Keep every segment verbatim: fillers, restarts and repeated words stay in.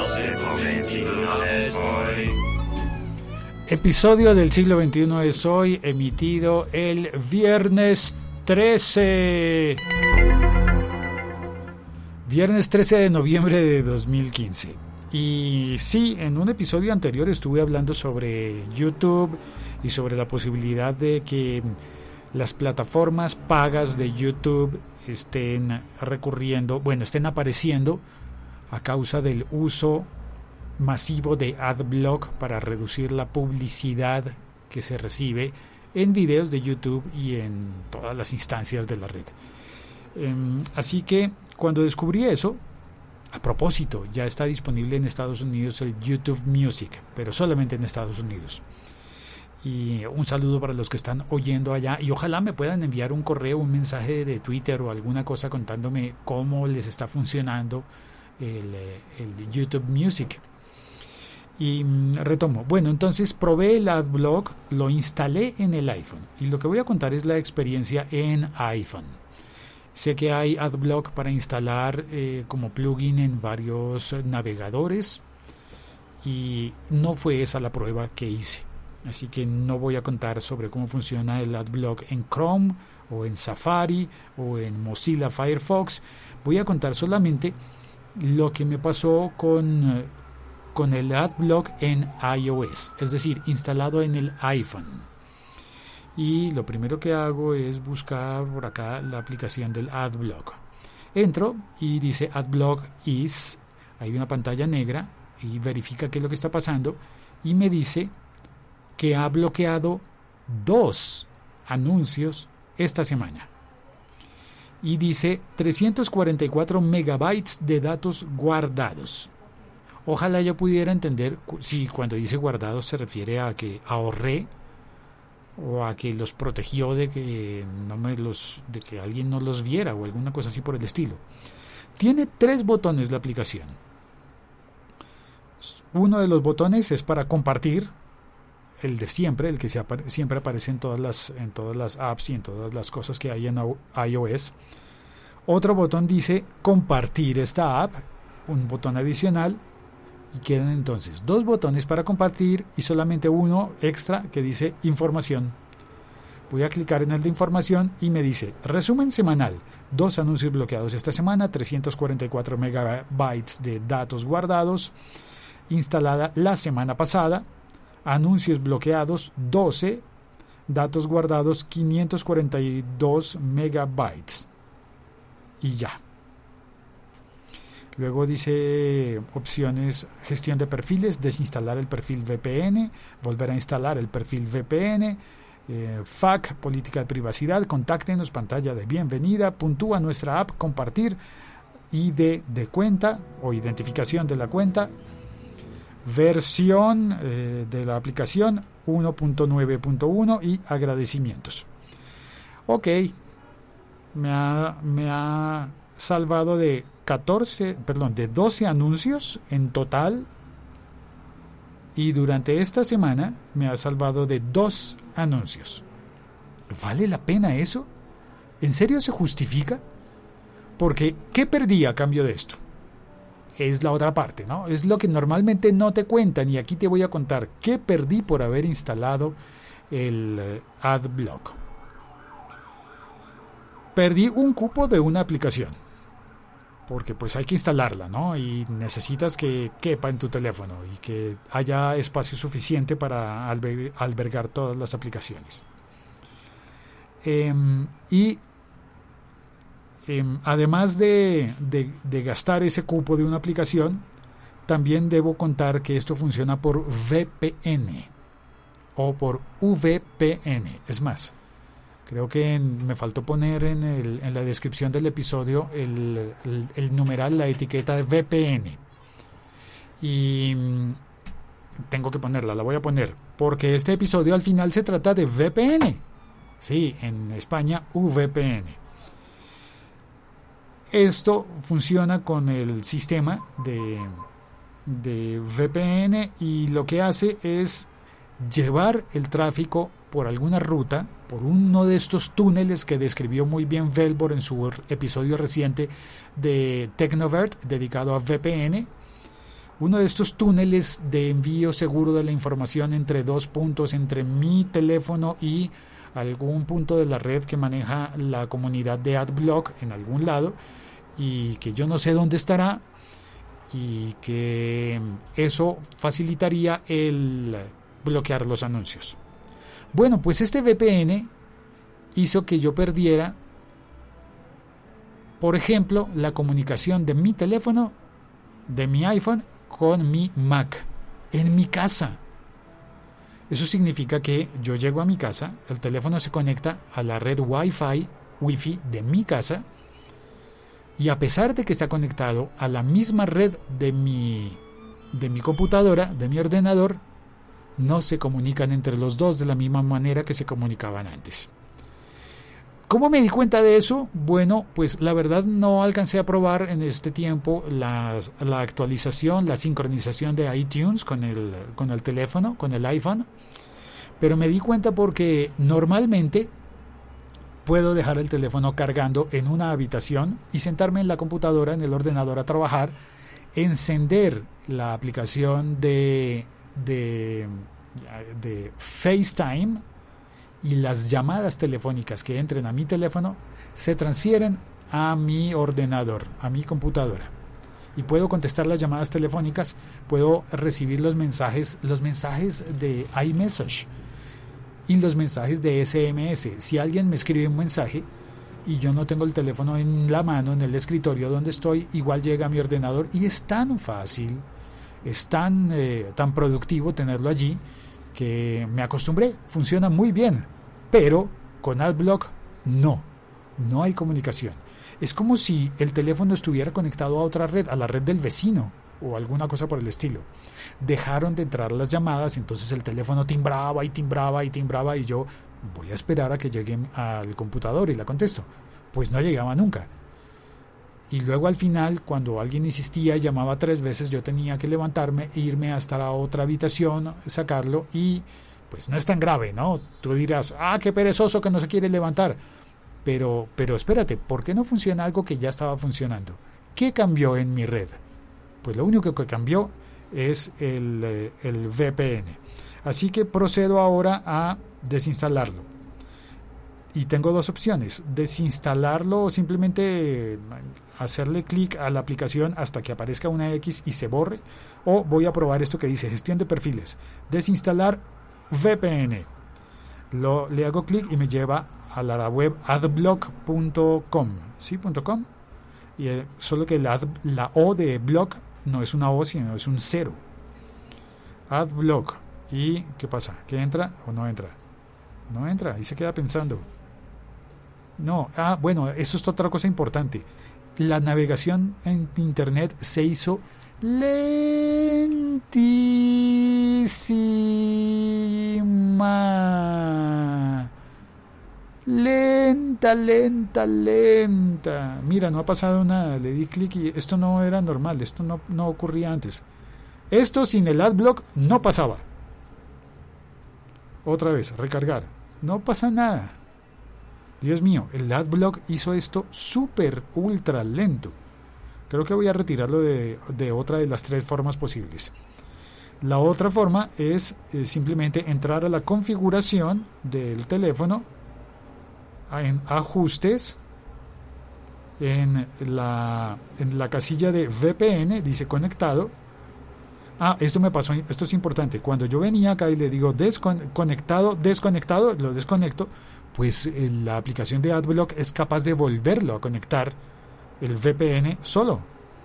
Episodio del siglo veintiuno es hoy, emitido el viernes trece. Viernes trece de noviembre de dos mil quince. Y sí, en un episodio anterior estuve hablando sobre YouTube y sobre la posibilidad de que las plataformas pagas de YouTube estén recurriendo, bueno, estén apareciendo a causa del uso masivo de AdBlock para reducir la publicidad que se recibe en videos de YouTube y en todas las instancias de la red. Um, así que cuando descubrí eso, a propósito, ya está disponible en Estados Unidos el YouTube Music, pero solamente en Estados Unidos. Y un saludo para los que están oyendo allá, y ojalá me puedan enviar un correo, un mensaje de Twitter o alguna cosa contándome cómo les está funcionando el, el YouTube Music. Y retomo. Bueno, entonces probé el AdBlock, lo instalé en el iPhone y lo que voy a contar es la experiencia en iPhone. Sé que hay AdBlock para instalar eh, como plugin en varios navegadores y no fue esa la prueba que hice. Así que no voy a contar sobre cómo funciona el AdBlock en Chrome o en Safari o en Mozilla Firefox. Voy a contar solamente lo que me pasó con... con el AdBlock en iOS, es decir, instalado en el iPhone. Y lo primero que hago es buscar por acá la aplicación del AdBlock. Entro y dice AdBlock is, hay una pantalla negra y verifica qué es lo que está pasando y me dice que ha bloqueado dos anuncios esta semana. Y dice trescientos cuarenta y cuatro megabytes de datos guardados. Ojalá yo pudiera entender si cuando dice guardados se refiere a que ahorré o a que los protegió de que no me los de que alguien no los viera o alguna cosa así por el estilo. Tiene tres botones la aplicación. Uno de los botones es para compartir, el de siempre, el que se apare, siempre aparece en todas las en todas las apps y en todas las cosas que hay en iOS. Otro botón dice compartir esta app, un botón adicional. Y quedan entonces dos botones para compartir y solamente uno extra que dice información. Voy a clicar en el de información y me dice resumen semanal, dos anuncios bloqueados esta semana, trescientos cuarenta y cuatro megabytes de datos guardados, instalada la semana pasada, anuncios bloqueados doce, datos guardados quinientos cuarenta y dos megabytes y ya. Luego dice opciones, gestión de perfiles, desinstalar el perfil V P N, volver a instalar el perfil V P N, eh, F A Q, política de privacidad, contáctenos, pantalla de bienvenida, puntúa nuestra app, compartir, I D de cuenta o identificación de la cuenta, versión eh, de la aplicación uno punto nueve punto uno y agradecimientos. Ok, me ha, me ha salvado de catorce, perdón, de doce anuncios en total y durante esta semana me ha salvado de dos anuncios. ¿Vale la pena eso? ¿En serio se justifica? Porque ¿qué perdí a cambio de esto? Es la otra parte, ¿no? Es lo que normalmente no te cuentan y aquí te voy a contar qué perdí por haber instalado el AdBlock. Perdí un cupo de una aplicación. Porque pues hay que instalarla, ¿no? Y necesitas que quepa en tu teléfono y que haya espacio suficiente para alber- albergar todas las aplicaciones. Eh, y eh, además de, de, de gastar ese cupo de una aplicación, también debo contar que esto funciona por V P N o por V P N. Es más, creo que en, me faltó poner en, el, en la descripción del episodio el, el, el numeral, la etiqueta de V P N. Y tengo que ponerla, la voy a poner, porque este episodio al final se trata de V P N. Sí, en España, V P N. Esto funciona con el sistema de, de V P N y lo que hace es llevar el tráfico por alguna ruta, por uno de estos túneles que describió muy bien Velbor en su episodio reciente de Technovert dedicado a V P N, uno de estos túneles de envío seguro de la información entre dos puntos, entre mi teléfono y algún punto de la red que maneja la comunidad de AdBlock en algún lado, y que yo no sé dónde estará, y que eso facilitaría el bloquear los anuncios. Bueno, pues este V P N hizo que yo perdiera, por ejemplo, la comunicación de mi teléfono, de mi iPhone, con mi Mac, en mi casa. Eso significa que yo llego a mi casa, el teléfono se conecta a la red Wi-Fi, Wi-Fi de mi casa, y a pesar de que está conectado a la misma red de mi, de mi computadora, de mi ordenador, no se comunican entre los dos de la misma manera que se comunicaban antes. ¿Cómo me di cuenta de eso? Bueno, pues la verdad no alcancé a probar en este tiempo la, la actualización, la sincronización de iTunes con el, con el teléfono, con el iPhone, pero me di cuenta porque normalmente puedo dejar el teléfono cargando en una habitación y sentarme en la computadora, en el ordenador a trabajar, encender la aplicación de, de, de FaceTime, y las llamadas telefónicas que entren a mi teléfono se transfieren a mi ordenador, a mi computadora. Y puedo contestar las llamadas telefónicas, puedo recibir los mensajes, los mensajes de iMessage y los mensajes de S M S. Si alguien me escribe un mensaje y yo no tengo el teléfono en la mano, en el escritorio donde estoy, igual llega a mi ordenador, y es tan fácil, es tan, eh, tan productivo tenerlo allí, que me acostumbré, funciona muy bien, pero con AdBlock no, no hay comunicación. Es como si el teléfono estuviera conectado a otra red, a la red del vecino o alguna cosa por el estilo. Dejaron de entrar las llamadas, entonces el teléfono timbraba y timbraba y timbraba, y yo voy a esperar a que llegue al computador y la contesto. Pues no llegaba nunca. Y luego al final, cuando alguien insistía y llamaba tres veces, yo tenía que levantarme e irme hasta la otra habitación, sacarlo, y pues no es tan grave, ¿no? Tú dirás, ah, qué perezoso que no se quiere levantar. Pero, pero espérate, ¿por qué no funciona algo que ya estaba funcionando? ¿Qué cambió en mi red? Pues lo único que cambió es el, el V P N. Así que procedo ahora a desinstalarlo. Y tengo dos opciones: desinstalarlo o simplemente hacerle clic a la aplicación hasta que aparezca una X y se borre, o voy a probar esto que dice gestión de perfiles, desinstalar V P N. Lo, le hago clic y me lleva a la web adblock punto com, ¿sí? .com. Y eh, solo que la, la O de block no es una O, sino es un cero. Adblock. ¿Y qué pasa? ¿Que entra o no entra? No entra, y se queda pensando. No, ah, bueno, eso es otra cosa importante. La navegación en internet se hizo lentísima. Lenta, lenta, lenta. Mira, no ha pasado nada. Le di clic y esto no era normal. Esto no, no ocurría antes. Esto sin el AdBlock no pasaba. Otra vez, recargar. No pasa nada. Dios mío, el AdBlock hizo esto súper, ultra lento. Creo que voy a retirarlo de, de otra de las tres formas posibles. La otra forma es eh, simplemente entrar a la configuración del teléfono, en ajustes, en la, en la casilla de V P N, dice conectado. Ah, esto me pasó, esto es importante. Cuando yo venía acá y le digo desconectado, desconectado, lo desconecto, pues eh, la aplicación de AdBlock es capaz de volverlo a conectar el V P N solo.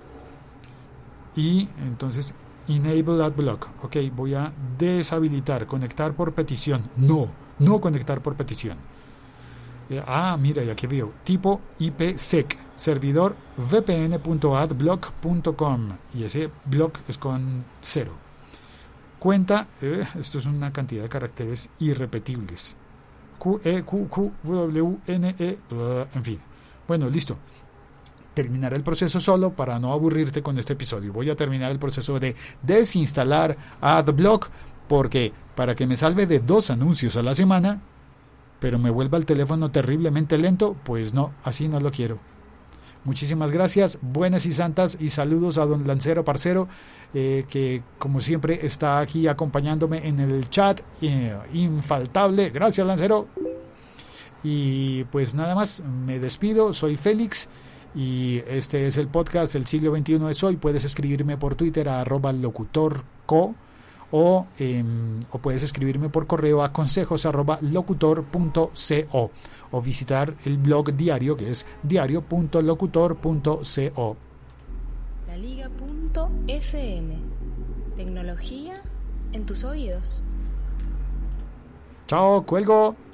Y entonces, enable AdBlock. Ok, voy a deshabilitar, conectar por petición. No, no conectar por petición. Eh, ah, mira, ya que veo. Tipo I P sec, servidor v p n punto adblock punto com. Y ese block es con cero. Cuenta, eh, esto es una cantidad de caracteres irrepetibles. Q, E, Q, Q, W, N, E, en fin. Bueno, listo. Terminaré el proceso solo para no aburrirte con este episodio. Voy a terminar el proceso de desinstalar AdBlock, porque para que me salve de dos anuncios a la semana, pero me vuelva el teléfono terriblemente lento, pues no, así no lo quiero. Muchísimas gracias, buenas y santas, y saludos a don Lancero Parcero, eh, que como siempre está aquí acompañándome en el chat, eh, infaltable. Gracias, Lancero. Y pues nada más, me despido, soy Félix y este es el podcast El siglo veintiuno es hoy. Puedes escribirme por Twitter a arroba locutorco o, eh, o puedes escribirme por correo a consejos arroba locutor punto co o visitar el blog diario, que es diario punto locutor punto co. La Liga punto f m. Tecnología en tus oídos. Chao, cuelgo.